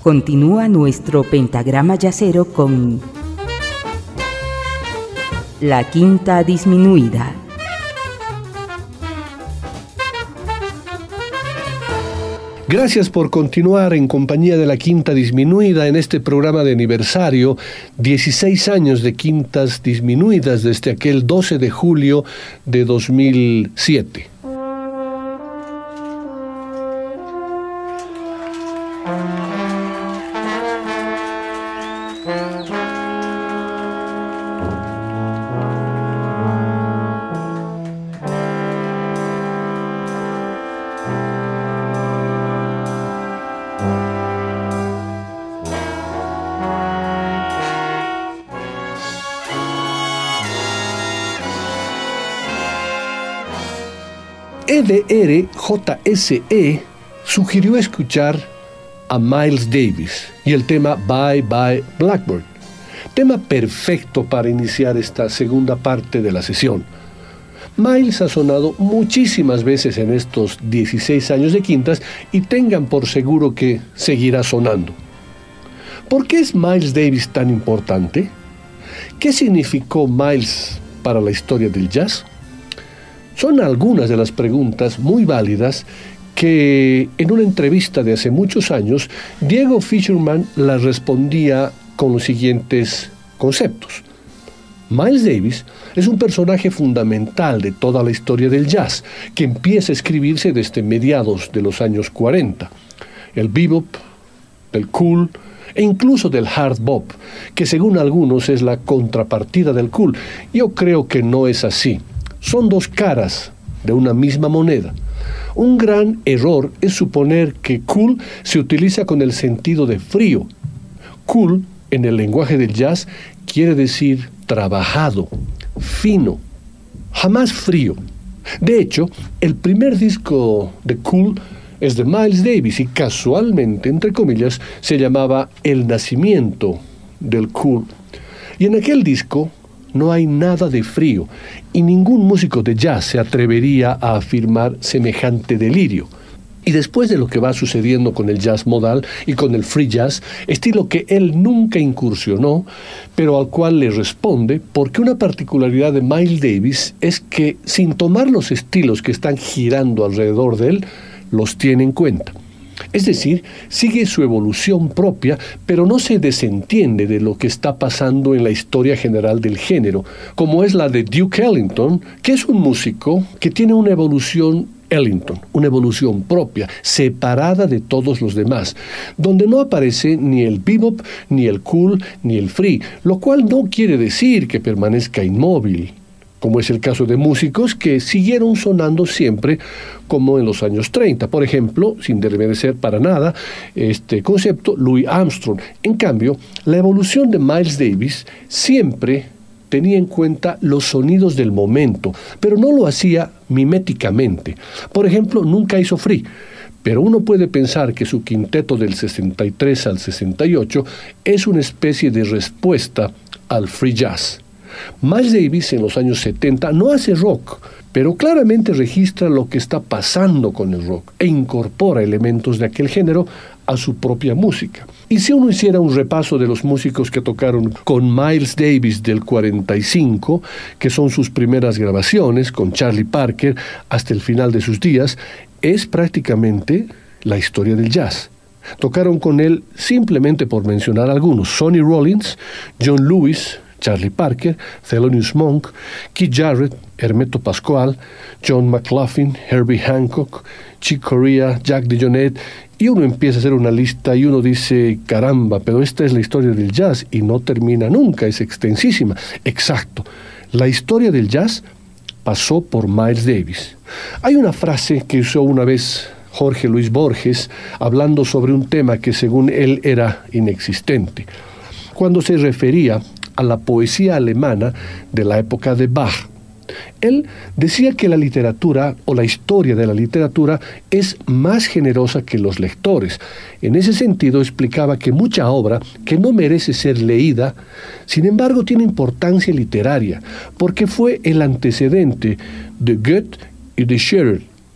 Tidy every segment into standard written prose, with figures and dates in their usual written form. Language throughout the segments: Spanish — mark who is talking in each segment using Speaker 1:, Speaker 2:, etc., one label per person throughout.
Speaker 1: Continúa nuestro pentagrama yacero con La Quinta Disminuida.
Speaker 2: Gracias por continuar en compañía de La Quinta Disminuida en este programa de aniversario, 16 años de Quintas Disminuidas desde aquel 12 de julio de 2007. EDRJSE sugirió escuchar a Miles Davis y el tema Bye Bye Blackbird, tema perfecto para iniciar esta segunda parte de la sesión. Miles ha sonado muchísimas veces en estos 16 años de Quintas y tengan por seguro que seguirá sonando. ¿Por qué es Miles Davis tan importante? ¿Qué significó Miles para la historia del jazz? Son algunas de las preguntas muy válidas que en una entrevista de hace muchos años, Diego Fischerman las respondía con los siguientes conceptos. Miles Davis es un personaje fundamental de toda la historia del jazz, que empieza a escribirse desde mediados de los años 40. El bebop, del cool e incluso del hard bop, que según algunos es la contrapartida del cool. Yo creo que no es así. Son dos caras de una misma moneda. Un gran error es suponer que cool se utiliza con el sentido de frío. Cool, en el lenguaje del jazz, quiere decir trabajado, fino, jamás frío. De hecho, el primer disco de Cool es de Miles Davis y casualmente, entre comillas, se llamaba El nacimiento del cool. Y en aquel disco no hay nada de frío, y ningún músico de jazz se atrevería a afirmar semejante delirio. Y después de lo que va sucediendo con el jazz modal y con el free jazz, estilo que él nunca incursionó, pero al cual le responde, porque una particularidad de Miles Davis es que, sin tomar los estilos que están girando alrededor de él, los tiene en cuenta. Es decir, sigue su evolución propia, pero no se desentiende de lo que está pasando en la historia general del género, como es la de Duke Ellington, que es un músico que tiene una evolución Ellington, una evolución propia, separada de todos los demás, donde no aparece ni el bebop, ni el cool, ni el free, lo cual no quiere decir que permanezca inmóvil, como es el caso de músicos que siguieron sonando siempre como en los años 30. Por ejemplo, sin desmerecer para nada este concepto, Louis Armstrong. En cambio, la evolución de Miles Davis siempre tenía en cuenta los sonidos del momento, pero no lo hacía miméticamente. Por ejemplo, nunca hizo free, pero uno puede pensar que su quinteto del 63 al 68 es una especie de respuesta al free jazz. Miles Davis en los años 70 no hace rock, pero claramente registra lo que está pasando con el rock e incorpora elementos de aquel género a su propia música. Y si uno hiciera un repaso de los músicos que tocaron con Miles Davis del 45, que son sus primeras grabaciones con Charlie Parker hasta el final de sus días, es prácticamente la historia del jazz. Tocaron con él, simplemente por mencionar algunos, Sonny Rollins, John Lewis, Charlie Parker, Thelonious Monk, Keith Jarrett, Hermeto Pascoal, John McLaughlin, Herbie Hancock, Chick Corea, Jack DeJohnette, y uno empieza a hacer una lista y uno dice, caramba, pero esta es la historia del jazz y no termina nunca, es extensísima. Exacto, la historia del jazz pasó por Miles Davis. Hay una frase que usó una vez Jorge Luis Borges hablando sobre un tema que según él era inexistente, cuando se refería a la poesía alemana de la época de Bach. Él decía que la literatura o la historia de la literatura es más generosa que los lectores. En ese sentido explicaba que mucha obra que no merece ser leída, sin embargo tiene importancia literaria, porque fue el antecedente de Goethe y de Schiller.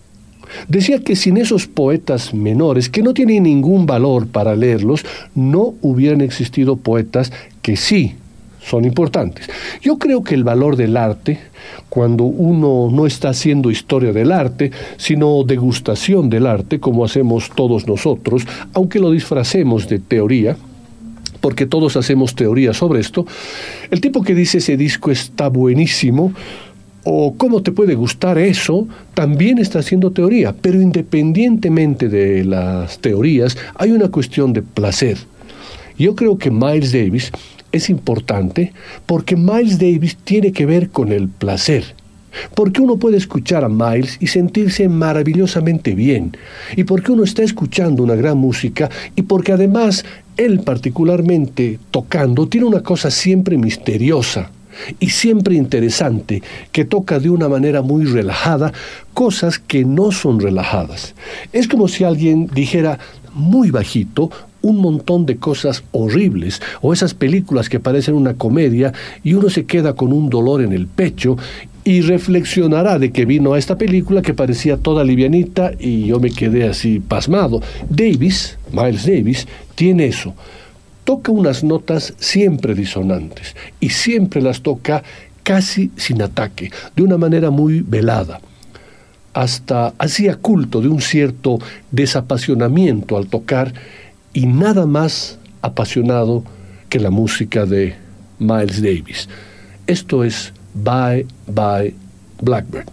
Speaker 2: Decía que sin esos poetas menores, que no tienen ningún valor para leerlos, no hubieran existido poetas que sí son importantes. Yo creo que el valor del arte, cuando uno no está haciendo historia del arte, sino degustación del arte, como hacemos todos nosotros, aunque lo disfracemos de teoría, porque todos hacemos teoría sobre esto, el tipo que dice ese disco está buenísimo, o cómo te puede gustar eso, también está haciendo teoría. Pero independientemente de las teorías, hay una cuestión de placer. Yo creo que Miles Davis es importante porque Miles Davis tiene que ver con el placer. Porque uno puede escuchar a Miles y sentirse maravillosamente bien. Y porque uno está escuchando una gran música y porque además él particularmente tocando tiene una cosa siempre misteriosa y siempre interesante, que toca de una manera muy relajada cosas que no son relajadas. Es como si alguien dijera muy bajito un montón de cosas horribles, o esas películas que parecen una comedia y uno se queda con un dolor en el pecho y reflexionará de que vino a esta película que parecía toda livianita y yo me quedé así pasmado. Miles Davis, tiene eso. Toca unas notas siempre disonantes y siempre las toca casi sin ataque, de una manera muy velada. Hasta hacía culto de un cierto desapasionamiento al tocar y nada más apasionado que la música de Miles Davis. Esto es Bye Bye Blackbird.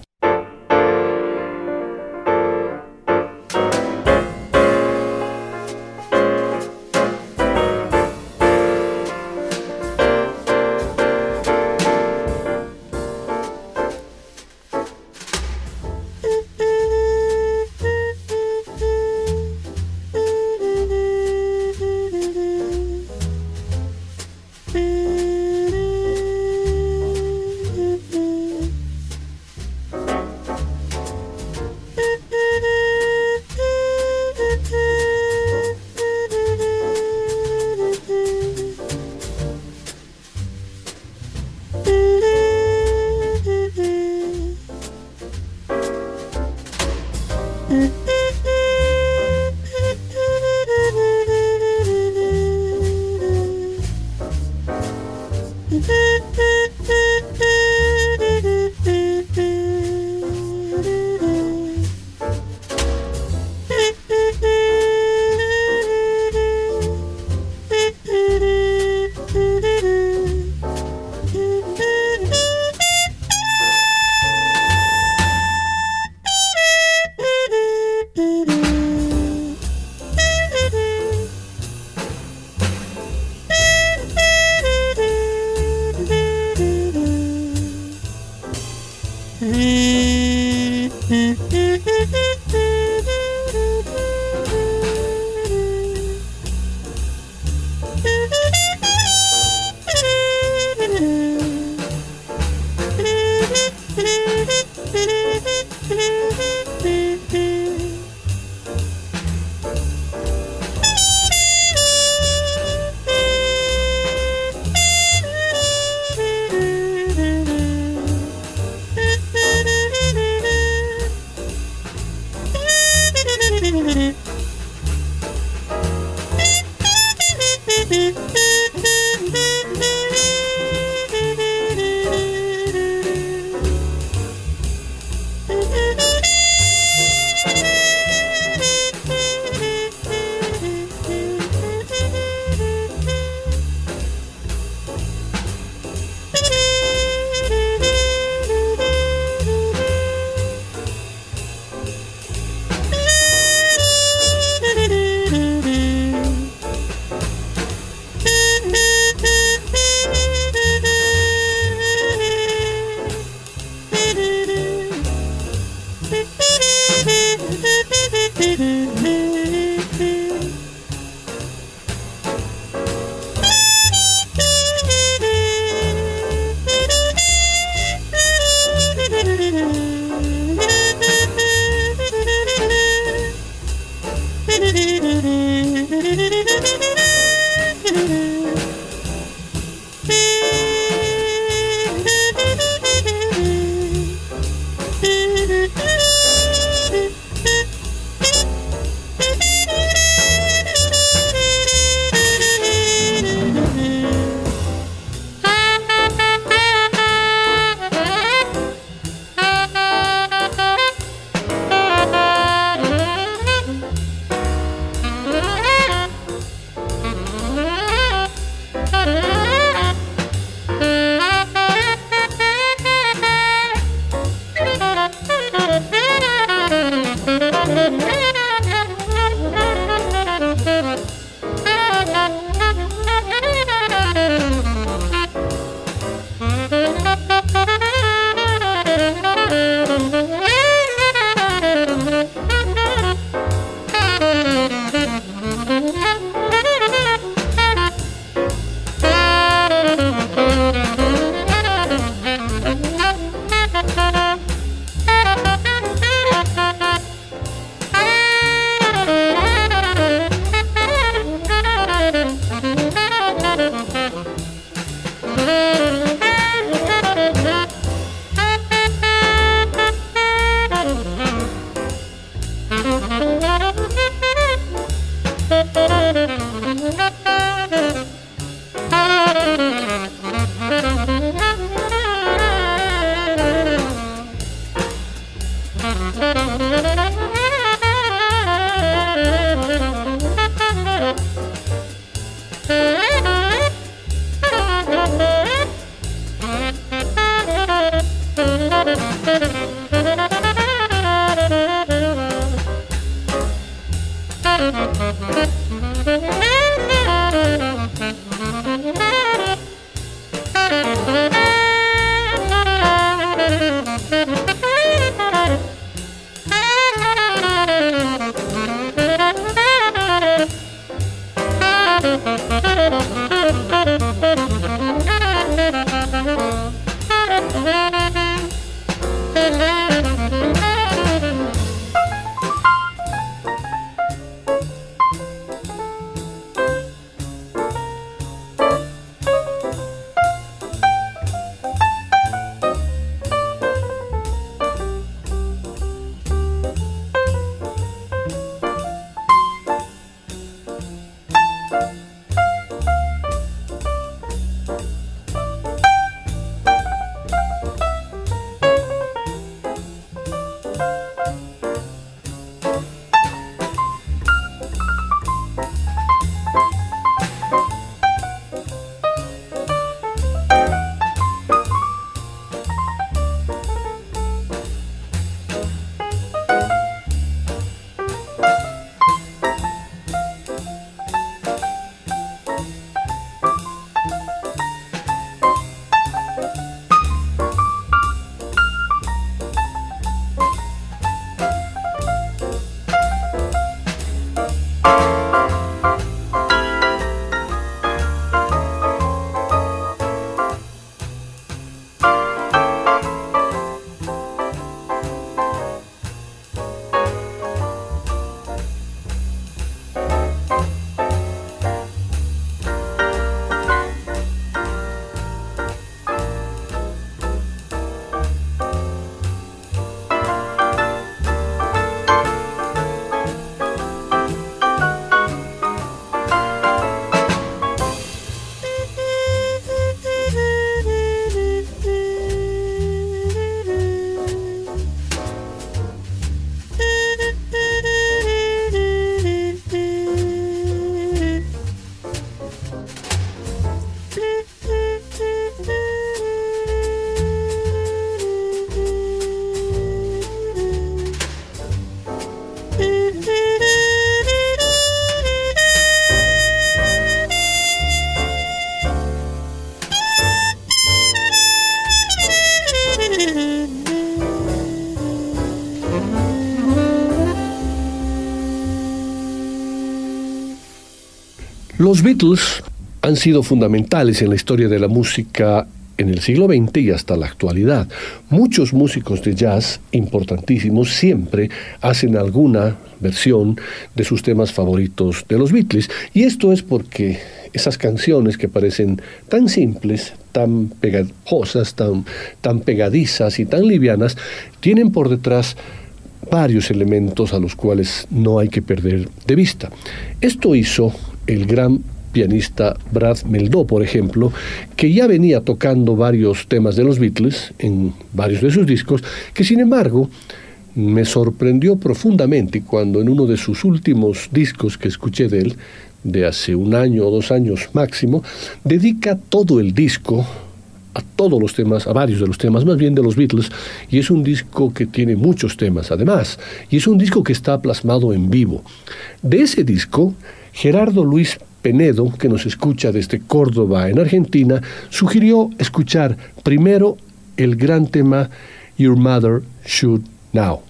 Speaker 2: Los Beatles han sido fundamentales en la historia de la música en el siglo XX y hasta la actualidad. Muchos músicos de jazz importantísimos siempre hacen alguna versión de sus temas favoritos de los Beatles, y esto es porque esas canciones que parecen tan simples, tan pegajosas, tan pegadizas y tan livianas, tienen por detrás varios elementos a los cuales no hay que perder de vista. Esto hizo el gran pianista Brad Mehldau, por ejemplo, que ya venía tocando varios temas de los Beatles en varios de sus discos, que sin embargo me sorprendió profundamente cuando en uno de sus últimos discos que escuché de él, de hace 1 año o 2 años máximo, dedica todo el disco a todos los temas, a varios de los temas, más bien de los Beatles, y es un disco que tiene muchos temas además, y es un disco que está plasmado en vivo. De ese disco, Gerardo Luis Penedo, que nos escucha desde Córdoba, en Argentina, sugirió escuchar primero el gran tema Your Mother Should Know.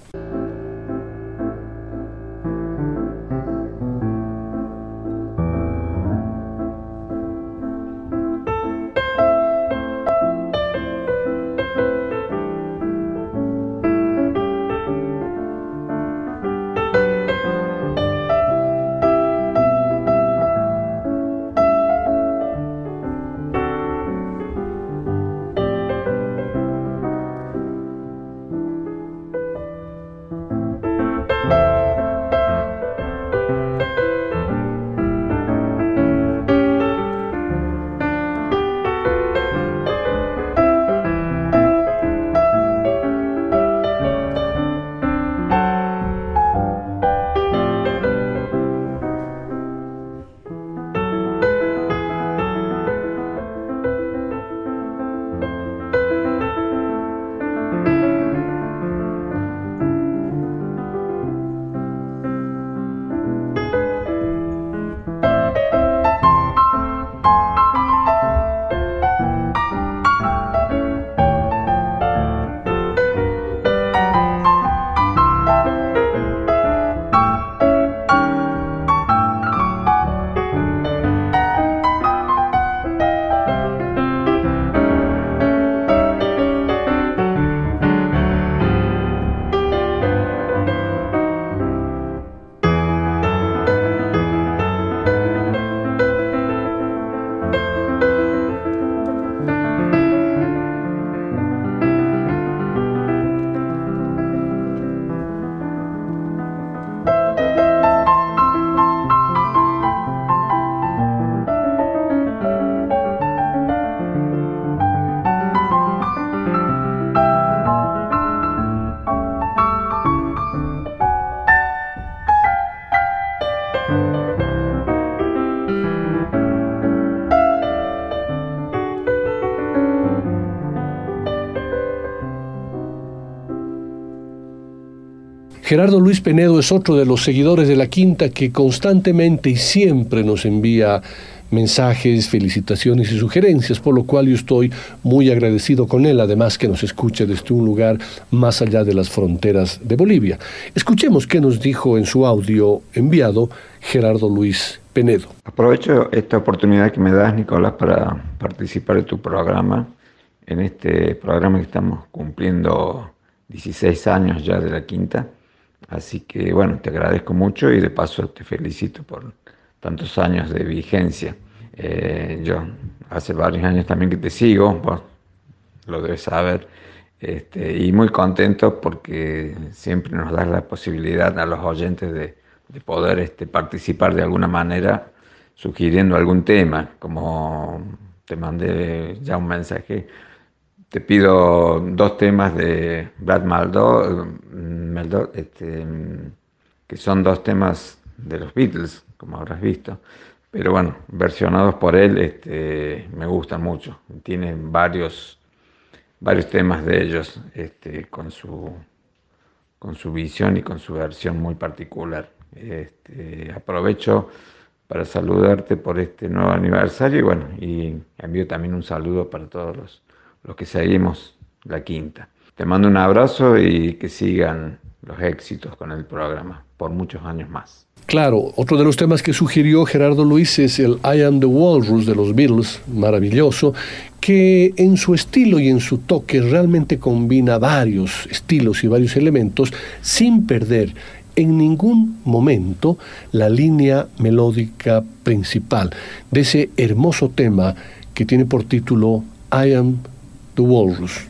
Speaker 2: Gerardo Luis Penedo es otro de los seguidores de La Quinta que constantemente y siempre nos envía mensajes, felicitaciones y sugerencias, por lo cual yo estoy muy agradecido con él, además que nos escuche desde un lugar más allá de las fronteras de Bolivia. Escuchemos qué nos dijo en su audio enviado Gerardo Luis Penedo.
Speaker 3: Aprovecho esta oportunidad que me das, Nicolás, para participar de tu programa, en este programa que estamos cumpliendo 16 años ya de La Quinta. Así que bueno, te agradezco mucho y de paso te felicito por tantos años de vigencia. Yo hace varios años también que te sigo, vos lo debes saber, y muy contento porque siempre nos das la posibilidad a los oyentes de poder participar de alguna manera sugiriendo algún tema, como te mandé ya un mensaje. Te pido 2 temas de Brad Mehldau, que son 2 temas de los Beatles, como habrás visto. Pero bueno, versionados por él, me gustan mucho. Tiene varios temas de ellos, con su visión y con su versión muy particular. Aprovecho para saludarte por este nuevo aniversario y bueno, y envío también un saludo para todos los que seguimos La Quinta. Te mando un abrazo y que sigan los éxitos con el programa por muchos años más.
Speaker 2: Claro, otro de los temas que sugirió Gerardo Luis es el I Am the Walrus de los Beatles, maravilloso, que en su estilo y en su toque realmente combina varios estilos y varios elementos sin perder en ningún momento la línea melódica principal de ese hermoso tema que tiene por título I Am the Walrus.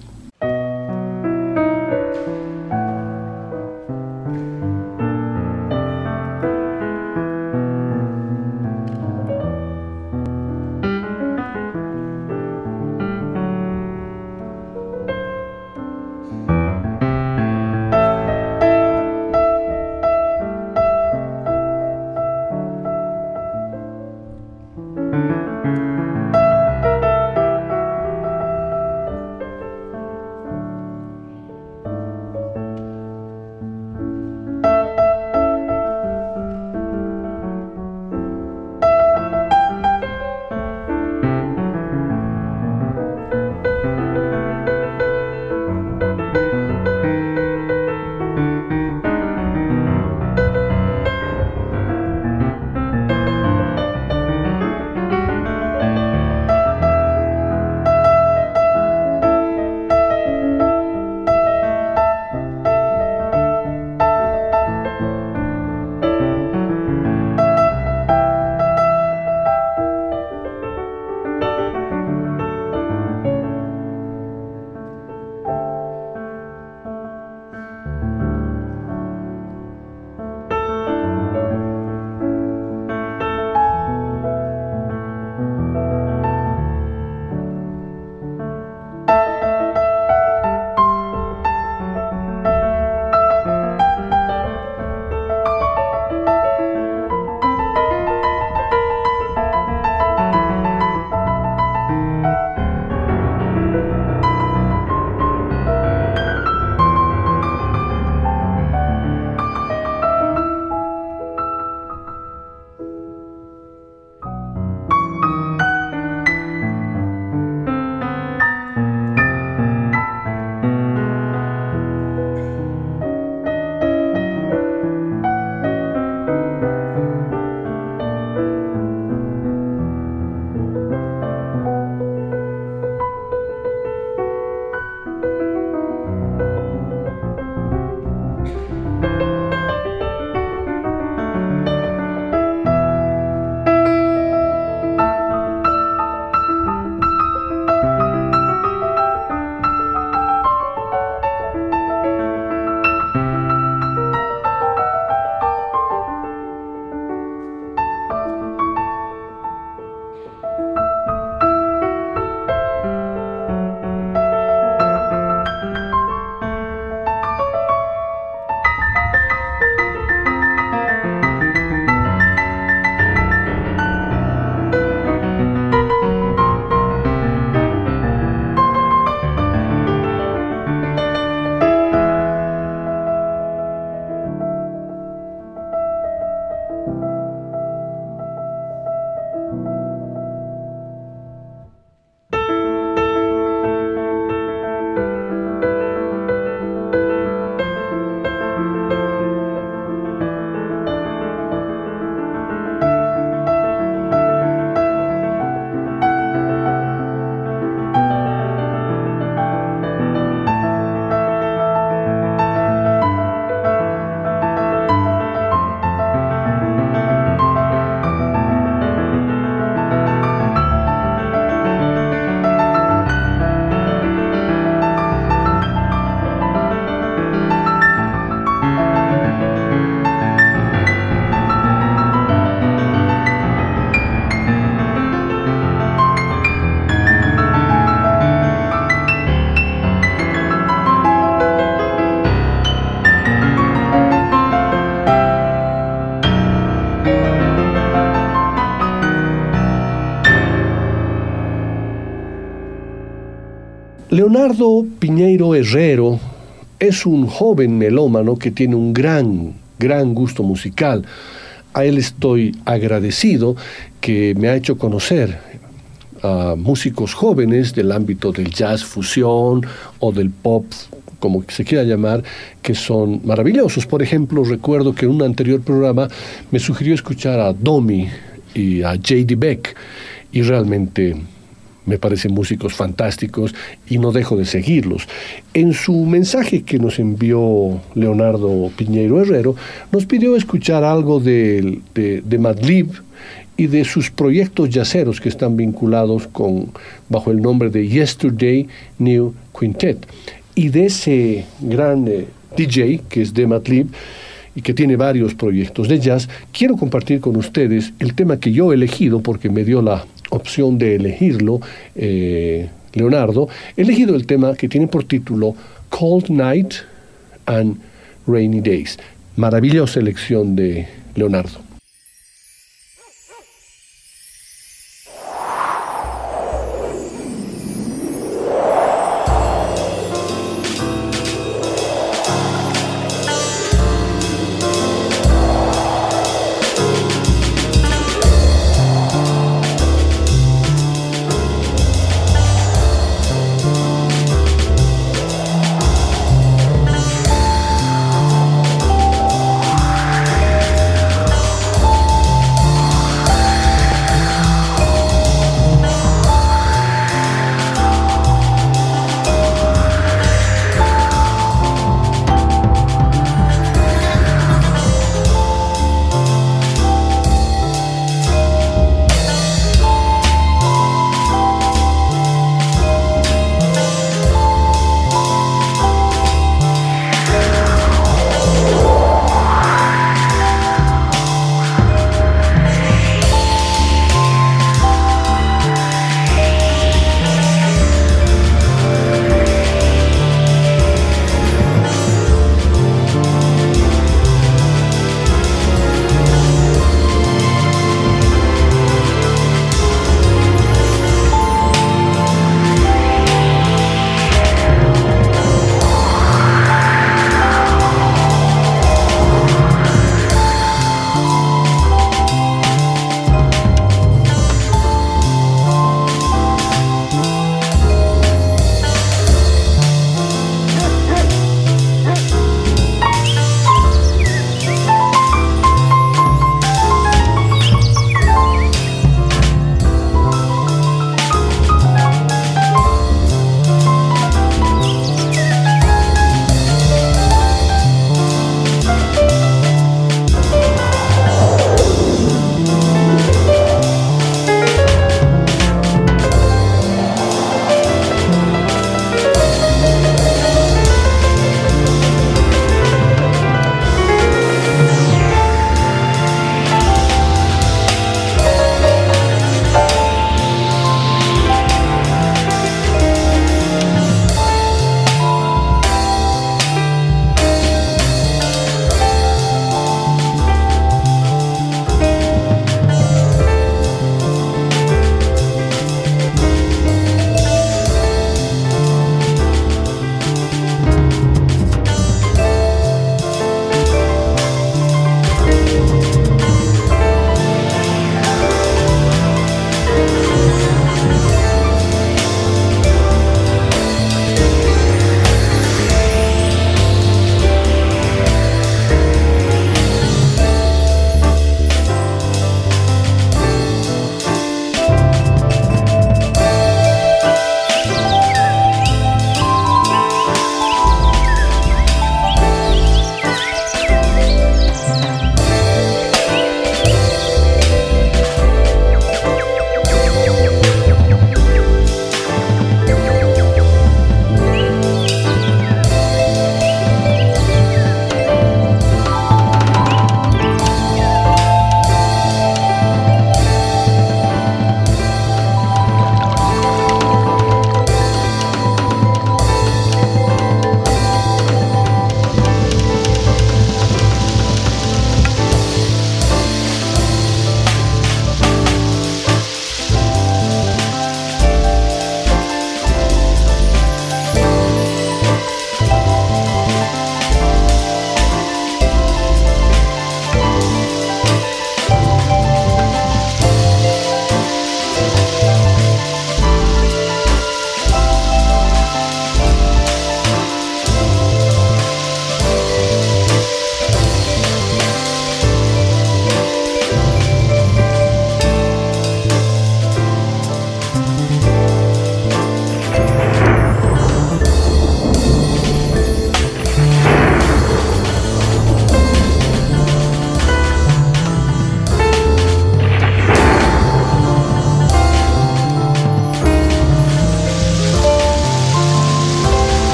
Speaker 2: Leonardo Piñeiro Herrero es un joven melómano que tiene un gran gusto musical. A él estoy agradecido que me ha hecho conocer a músicos jóvenes del ámbito del jazz fusión o del pop, como se quiera llamar, que son maravillosos. Por ejemplo, recuerdo que en un anterior programa me sugirió escuchar a Domi y a J.D. Beck, y realmente me parecen músicos fantásticos y no dejo de seguirlos. En su mensaje que nos envió Leonardo Piñeiro Herrero, nos pidió escuchar algo de Madlib y de sus proyectos yaceros que están vinculados bajo el nombre de Yesterday New Quintet. Y de ese gran DJ, que es de Madlib, y que tiene varios proyectos de jazz, quiero compartir con ustedes el tema que yo he elegido, porque me dio la opción de elegirlo, Leonardo. He elegido el tema que tiene por título Cold Night and Rainy Days. Maravillosa elección de Leonardo.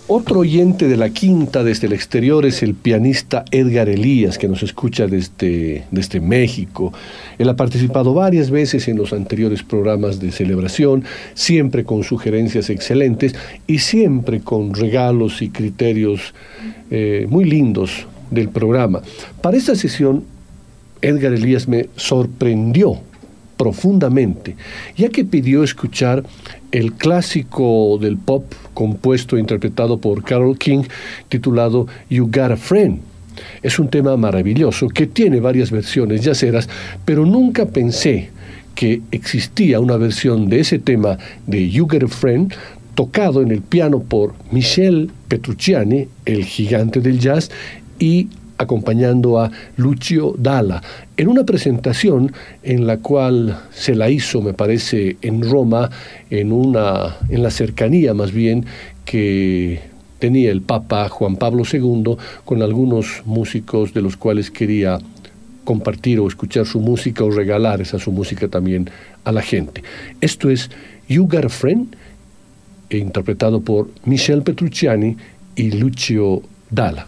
Speaker 2: Otro oyente de la quinta desde el exterior es el pianista Edgar Elías, que nos escucha desde México. Él ha participado varias veces en los anteriores programas de celebración, siempre con sugerencias excelentes y siempre con regalos y criterios muy lindos del programa. Para esta sesión, Edgar Elías me sorprendió profundamente, ya que pidió escuchar el clásico del pop compuesto e interpretado por Carole King, titulado You Got a Friend. Es un tema maravilloso que tiene varias versiones yaceras, pero nunca pensé que existía una versión de ese tema de You Got a Friend tocado en el piano por Michel Petrucciani, el gigante del jazz, y acompañando a Lucio Dalla, en una presentación en la cual se la hizo, me parece, en Roma, en la cercanía más bien que tenía el Papa Juan Pablo II con algunos músicos de los cuales quería compartir o escuchar su música o regalar esa su música también a la gente. Esto es You Got a Friend, interpretado por Michel Petrucciani y Lucio Dalla.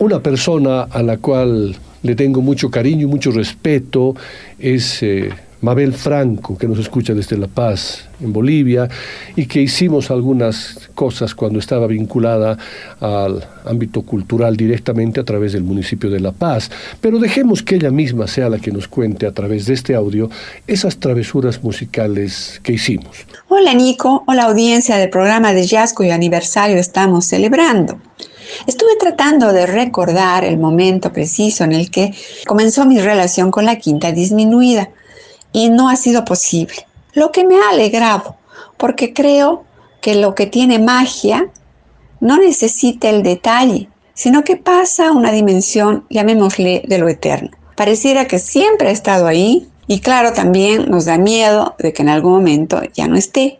Speaker 2: Una persona a la cual le tengo mucho cariño y mucho respeto es Mabel Franco, que nos escucha desde La Paz, en Bolivia, y que hicimos algunas cosas cuando estaba vinculada al ámbito cultural directamente a través del municipio de La Paz. Pero dejemos que ella misma sea la que nos cuente a través de este audio esas travesuras musicales que hicimos.
Speaker 4: Hola Nico, hola audiencia del programa de jazz cuyo aniversario estamos celebrando. Estuve tratando de recordar el momento preciso en el que comenzó mi relación con la quinta disminuida y no ha sido posible, lo que me ha alegrado, porque creo que lo que tiene magia no necesita el detalle, sino que pasa a una dimensión, llamémosle, de lo eterno. Pareciera que siempre ha estado ahí y claro, también nos da miedo de que en algún momento ya no esté.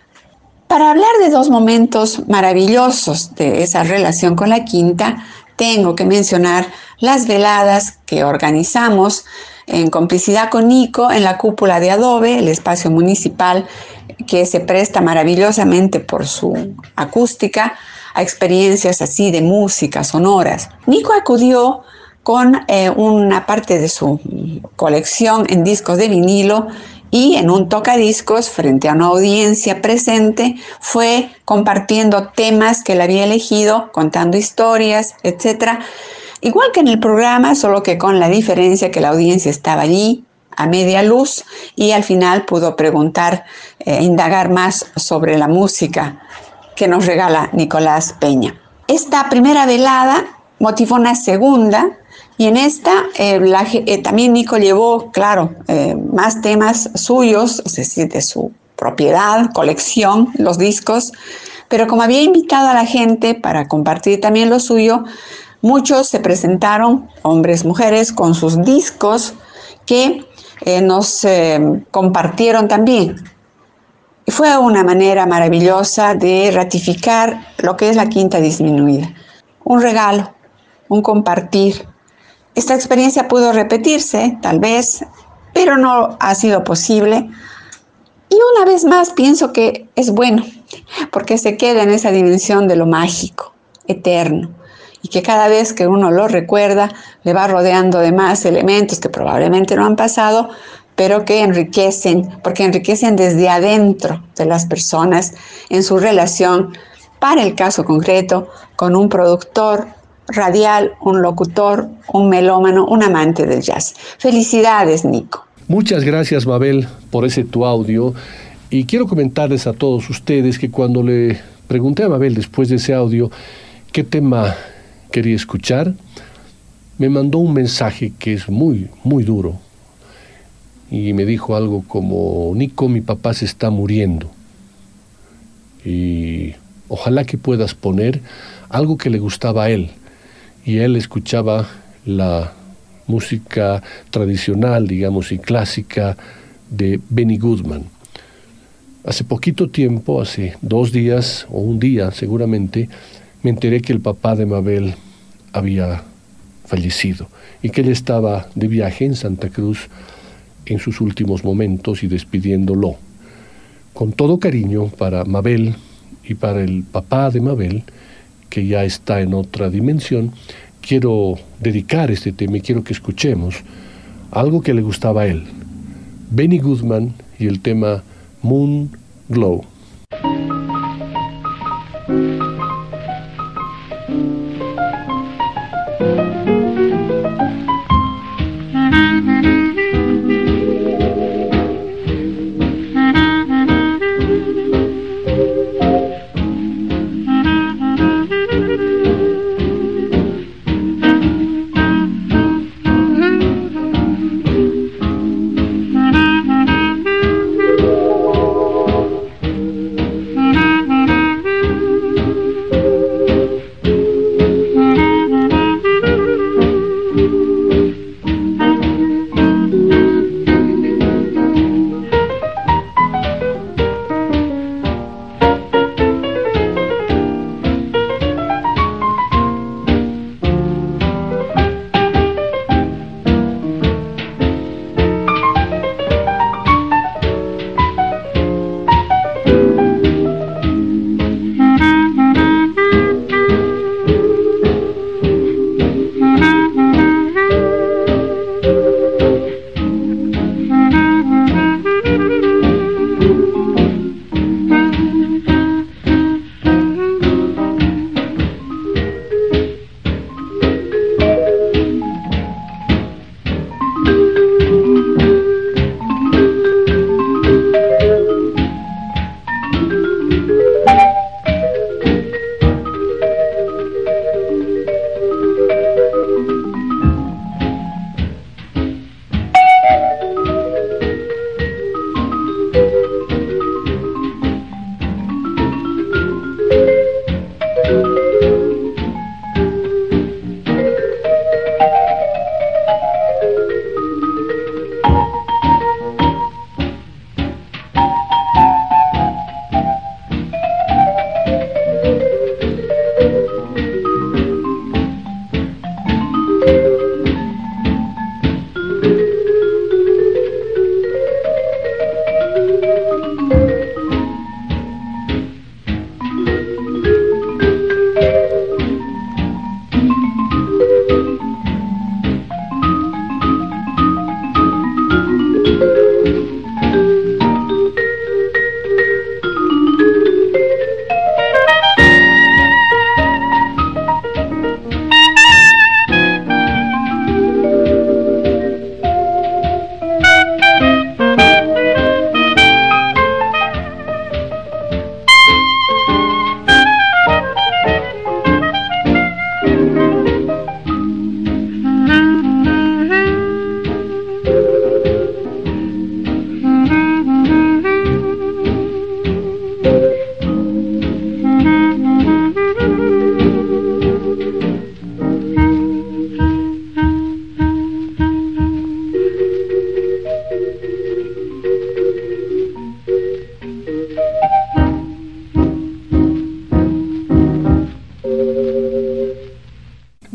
Speaker 4: Para hablar de dos momentos maravillosos de esa relación con la quinta, tengo que mencionar las veladas que organizamos en complicidad con Nico en la cúpula de Adobe, el espacio municipal que se presta maravillosamente por su acústica a experiencias así de música sonoras. Nico acudió con una parte de su colección en discos de vinilo y en un tocadiscos frente a una audiencia presente fue compartiendo temas que él había elegido, contando historias, etc. Igual que en el programa, solo que con la diferencia que la audiencia estaba allí a media luz y al final pudo preguntar, indagar más sobre la música que nos regala Nicolás Peña. Esta primera velada motivó una segunda. Y en esta también Nico llevó, claro, más temas suyos, es decir, de su propiedad, colección, los discos, pero como había invitado a la gente para compartir también lo suyo, muchos se presentaron, hombres, mujeres, con sus discos que nos compartieron también. Y fue una manera maravillosa de ratificar lo que es la quinta disminuida. Un regalo, un compartir. Esta experiencia pudo repetirse, tal vez, pero no ha sido posible. Y una vez más pienso que es bueno, porque se queda en esa dimensión de lo mágico, eterno, y que cada vez que uno lo recuerda, le va rodeando de más elementos que probablemente no han pasado, pero que enriquecen, porque enriquecen desde adentro de las personas en su relación, para el caso concreto, con un productor radial, un locutor, un melómano, un amante del jazz. Felicidades, Nico.
Speaker 2: Muchas gracias, Mabel, por ese tu audio. Y quiero comentarles a todos ustedes que cuando le pregunté a Mabel después de ese audio qué tema quería escuchar, me mandó un mensaje que es muy, muy duro. Y me dijo algo como: Nico, mi papá se está muriendo. Y ojalá que puedas poner algo que le gustaba a él. Y él escuchaba la música tradicional, digamos, y clásica de Benny Goodman. Hace poquito tiempo, hace 2 días o un día seguramente, me enteré que el papá de Mabel había fallecido y que él estaba de viaje en Santa Cruz en sus últimos momentos y despidiéndolo. Con todo cariño para Mabel y para el papá de Mabel, que ya está en otra dimensión, quiero dedicar este tema y quiero que escuchemos algo que le gustaba a él. Benny Goodman y el tema Moon Glow.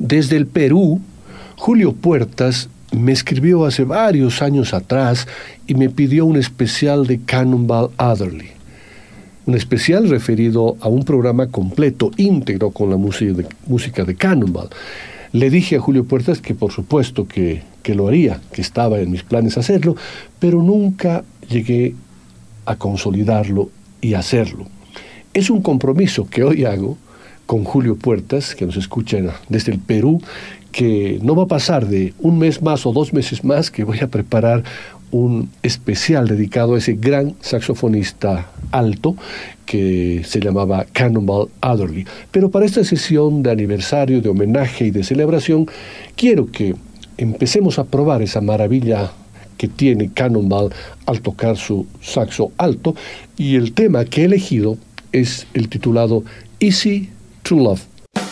Speaker 2: Desde el Perú, Julio Puertas me escribió hace varios años atrás y me pidió un especial de Cannonball Adderley. Un especial referido a un programa completo, íntegro, con la música de Cannonball. Le dije a Julio Puertas que por supuesto que lo haría, que estaba en mis planes hacerlo, pero nunca llegué a consolidarlo y hacerlo. Es un compromiso que hoy hago con Julio Puertas, que nos escucha desde el Perú, que no va a pasar de un mes más o 2 meses más, que voy a preparar un especial dedicado a ese gran saxofonista alto que se llamaba Cannonball Adderley. Pero para esta sesión de aniversario, de homenaje y de celebración, quiero que empecemos a probar esa maravilla que tiene Cannonball al tocar su saxo alto, y el tema que he elegido es el titulado Easy to Love.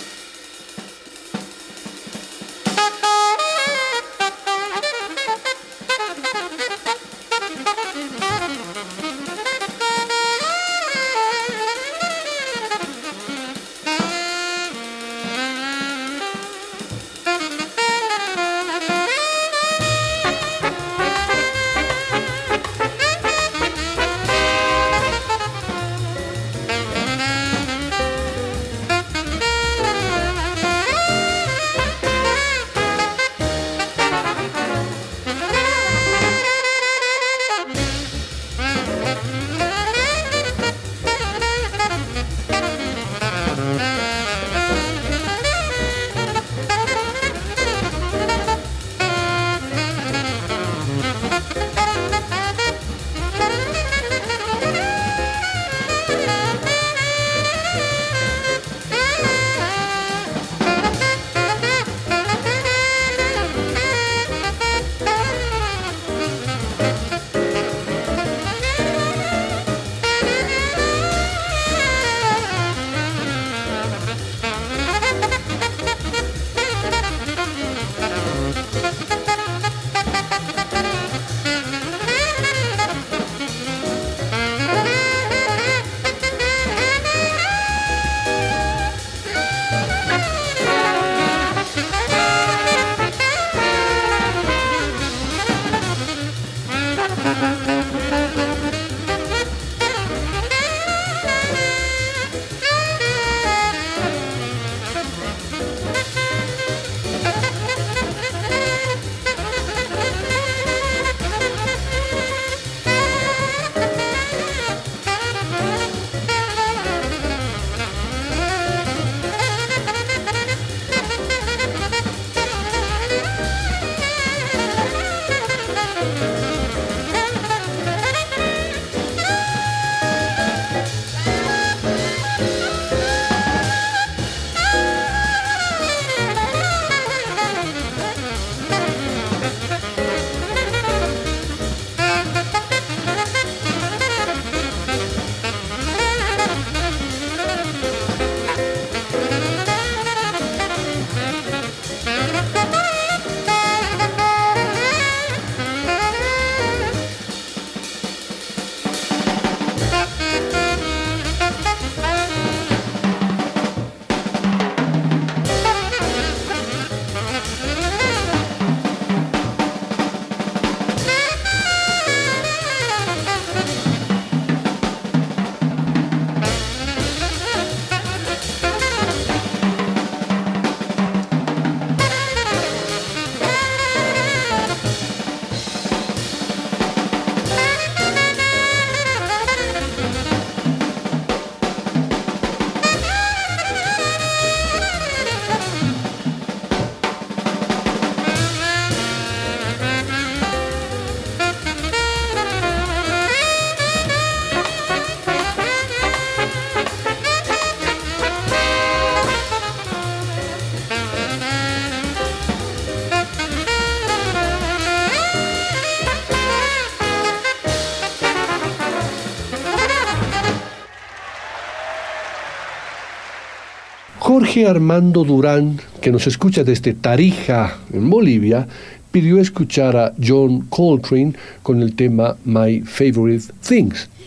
Speaker 2: Jorge Armando Durán, que nos escucha desde Tarija, en Bolivia, pidió escuchar a John Coltrane con el tema My Favorite Things.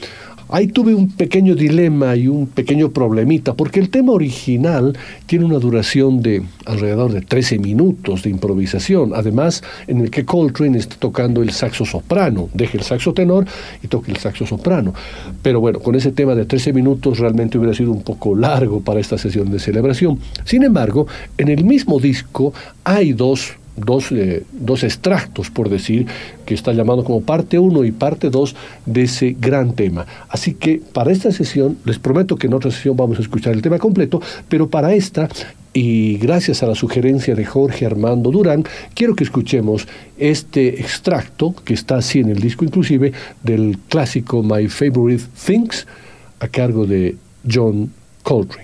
Speaker 2: Ahí tuve un pequeño dilema y un pequeño problemita, porque el tema original tiene una duración de alrededor de 13 minutos de improvisación, además en el que Coltrane está tocando el saxo soprano, deja el saxo tenor y toca el saxo soprano. Pero bueno, con ese tema de 13 minutos realmente hubiera sido un poco largo para esta sesión de celebración. Sin embargo, en el mismo disco hay dos extractos, por decir, que está llamado como parte 1 y parte 2 de ese gran tema. Así que para esta sesión, les prometo que en otra sesión vamos a escuchar el tema completo, pero para esta, y gracias a la sugerencia de Jorge Armando Durán, quiero que escuchemos este extracto, que está así en el disco inclusive, del clásico My Favorite Things, a cargo de John Coltrane.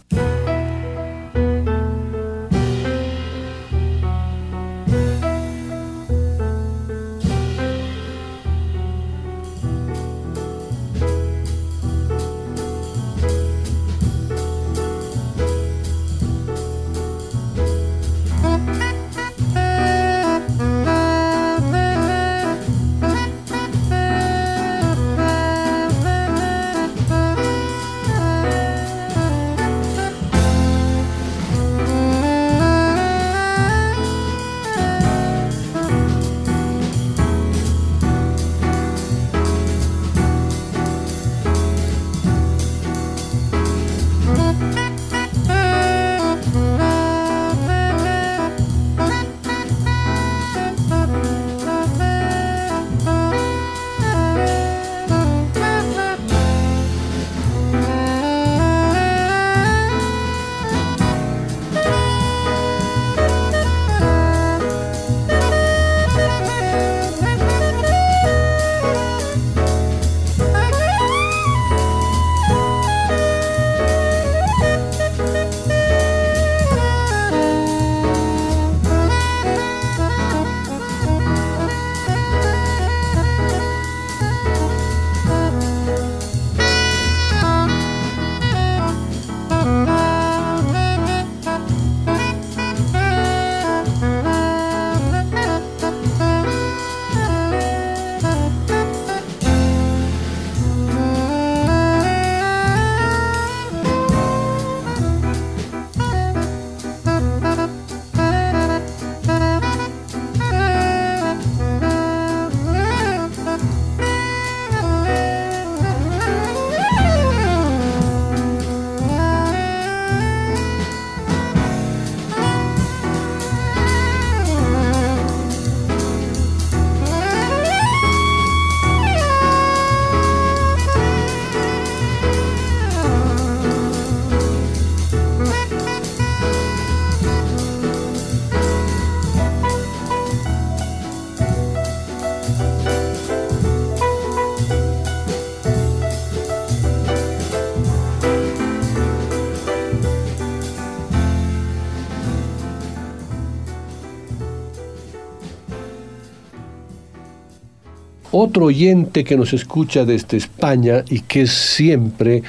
Speaker 2: Otro oyente que nos escucha desde España y que es siempre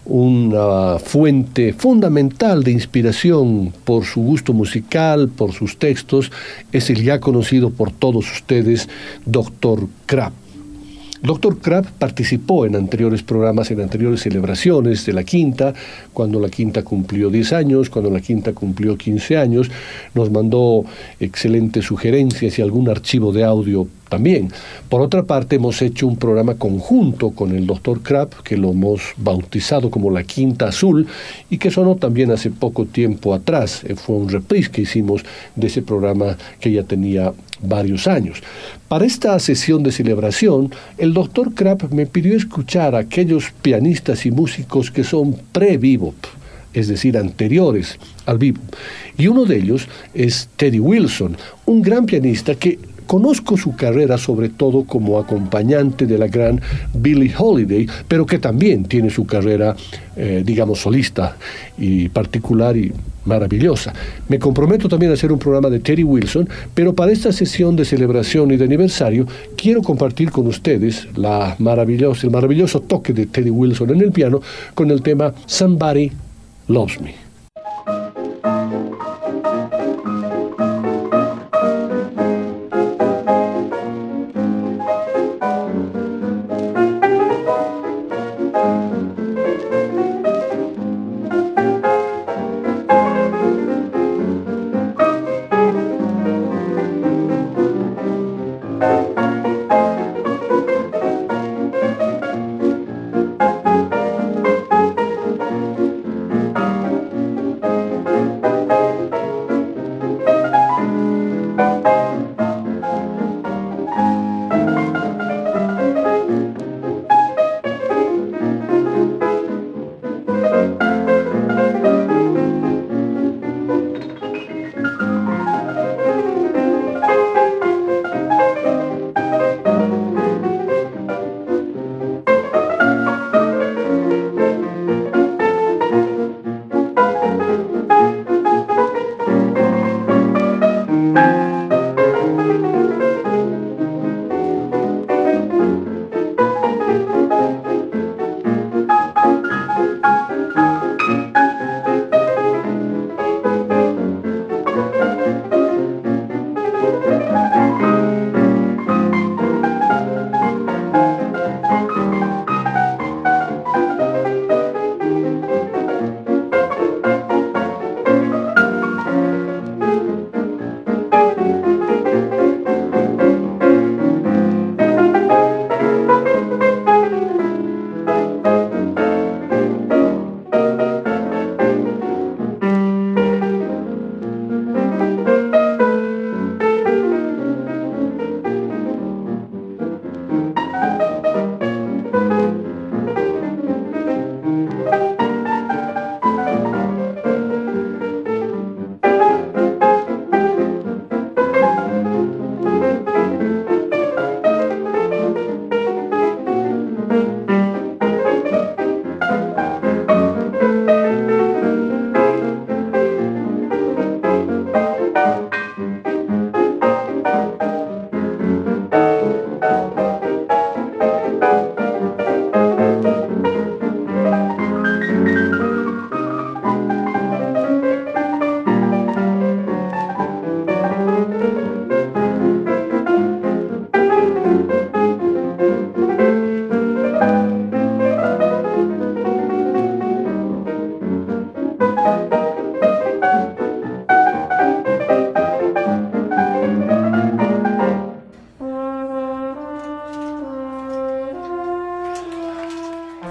Speaker 2: una fuente fundamental de inspiración por su gusto musical, por sus textos, es el ya conocido por todos ustedes, Dr. Krapp. Dr. Krapp participó en anteriores programas, en anteriores celebraciones de la Quinta, cuando la Quinta cumplió 10 años, cuando la Quinta cumplió 15 años, nos mandó excelentes sugerencias y algún archivo de audio también. Por otra parte, hemos hecho un programa conjunto con el Dr. Krapp, que lo hemos bautizado como la Quinta Azul, y que sonó también hace poco tiempo atrás. Fue un reprise que hicimos de ese programa que ya tenía varios años. Para esta sesión de celebración, el Dr. Krapp me pidió escuchar a aquellos pianistas y músicos que son pre-bebop, es decir, anteriores al bebop. Y uno de ellos es Teddy Wilson, un gran pianista que conozco su carrera sobre todo como acompañante de la gran Billie Holiday, pero que también tiene su carrera, digamos, solista y particular y maravillosa. Me comprometo también a hacer un programa de Teddy Wilson, pero para esta sesión de celebración y de aniversario quiero compartir con ustedes el maravilloso toque de Teddy Wilson en el piano con el tema Somebody Loves Me.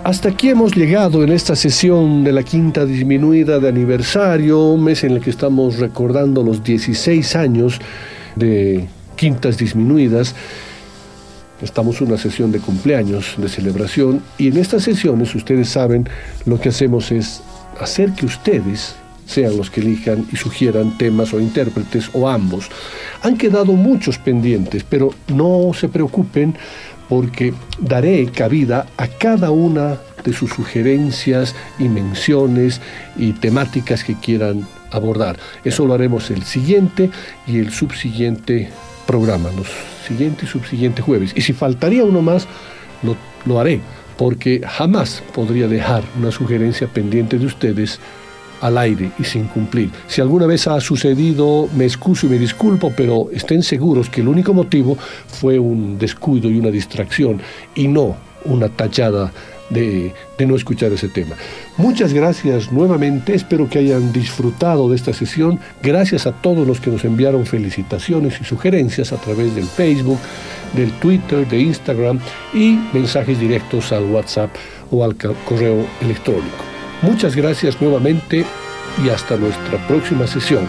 Speaker 2: Hasta aquí hemos llegado en esta sesión de la quinta disminuida de aniversario, un mes en el que estamos recordando los 16 años de quintas disminuidas. Estamos en una sesión de cumpleaños, de celebración, y en estas sesiones, ustedes saben, lo que hacemos es hacer que ustedes sean los que elijan y sugieran temas o intérpretes o ambos. Han quedado muchos pendientes, pero no se preocupen porque daré cabida a cada una de sus sugerencias y menciones y temáticas que quieran abordar. Eso lo haremos el siguiente y el subsiguiente programa, los siguiente y subsiguiente jueves. Y si faltaría uno más, lo haré, porque jamás podría dejar una sugerencia pendiente de ustedes al aire y sin cumplir. Si alguna vez ha sucedido, me excuso y me disculpo, pero estén seguros que el único motivo fue un descuido y una distracción, y no una tachada de no escuchar ese tema. Muchas gracias nuevamente, espero que hayan disfrutado de esta sesión. Gracias a todos los que nos enviaron felicitaciones y sugerencias a través del Facebook, del Twitter, de Instagram y mensajes directos al WhatsApp o al correo electrónico. Muchas gracias nuevamente y hasta nuestra próxima sesión.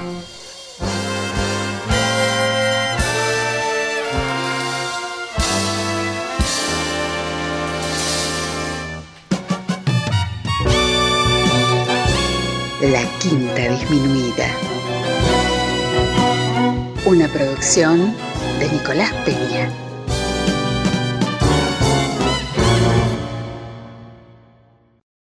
Speaker 5: La quinta disminuida. Una producción de Nicolás Peña.